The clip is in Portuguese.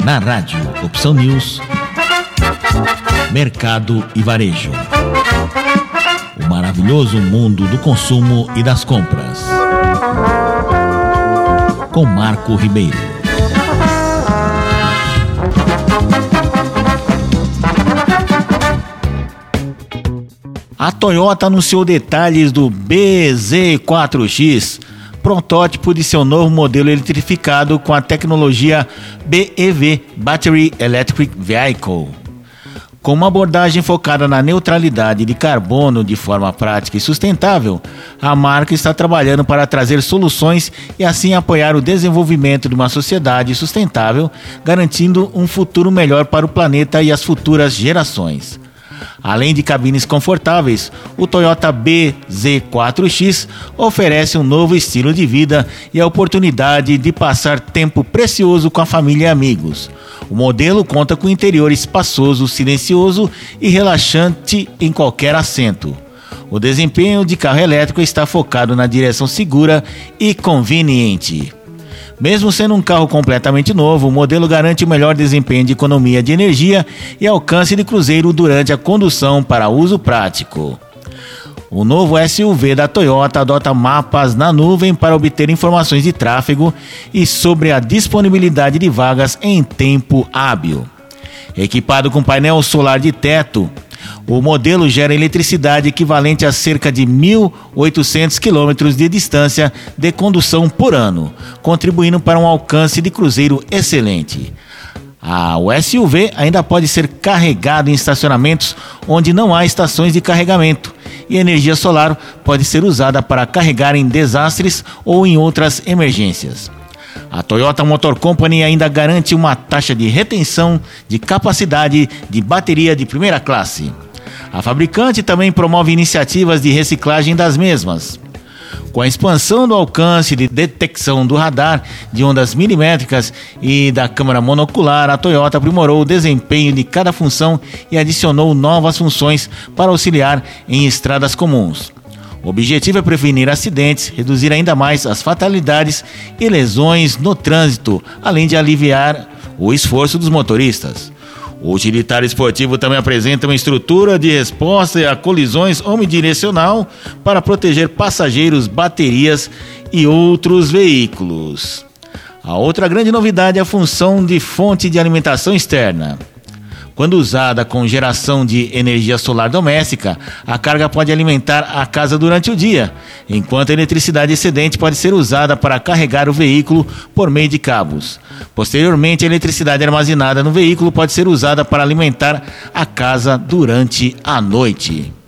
Na rádio Opção News, Mercado e Varejo. O maravilhoso mundo do consumo e das compras. Com Marco Ribeiro. A Toyota anunciou detalhes do BZ4X, protótipo de seu novo modelo eletrificado com a tecnologia BEV, Battery Electric Vehicle. Com uma abordagem focada na neutralidade de carbono de forma prática e sustentável, a marca está trabalhando para trazer soluções e assim apoiar o desenvolvimento de uma sociedade sustentável, garantindo um futuro melhor para o planeta e as futuras gerações. Além de cabines confortáveis, o Toyota BZ4X oferece um novo estilo de vida e a oportunidade de passar tempo precioso com a família e amigos. O modelo conta com interior espaçoso, silencioso e relaxante em qualquer assento. O desempenho de carro elétrico está focado na direção segura e conveniente. Mesmo sendo um carro completamente novo, o modelo garante o melhor desempenho de economia de energia e alcance de cruzeiro durante a condução para uso prático. O novo SUV da Toyota adota mapas na nuvem para obter informações de tráfego e sobre a disponibilidade de vagas em tempo hábil. Equipado com painel solar de teto, o modelo gera eletricidade equivalente a cerca de 1.800 km de distância de condução por ano, contribuindo para um alcance de cruzeiro excelente. O SUV ainda pode ser carregado em estacionamentos onde não há estações de carregamento, e a energia solar pode ser usada para carregar em desastres ou em outras emergências. A Toyota Motor Company ainda garante uma taxa de retenção de capacidade de bateria de primeira classe. A fabricante também promove iniciativas de reciclagem das mesmas. Com a expansão do alcance de detecção do radar de ondas milimétricas e da câmera monocular, a Toyota aprimorou o desempenho de cada função e adicionou novas funções para auxiliar em estradas comuns. O objetivo é prevenir acidentes, reduzir ainda mais as fatalidades e lesões no trânsito, além de aliviar o esforço dos motoristas. O utilitário esportivo também apresenta uma estrutura de resposta a colisões omnidirecional para proteger passageiros, baterias e outros veículos. A outra grande novidade é a função de fonte de alimentação externa. Quando usada com geração de energia solar doméstica, a carga pode alimentar a casa durante o dia, enquanto a eletricidade excedente pode ser usada para carregar o veículo por meio de cabos. Posteriormente, a eletricidade armazenada no veículo pode ser usada para alimentar a casa durante a noite.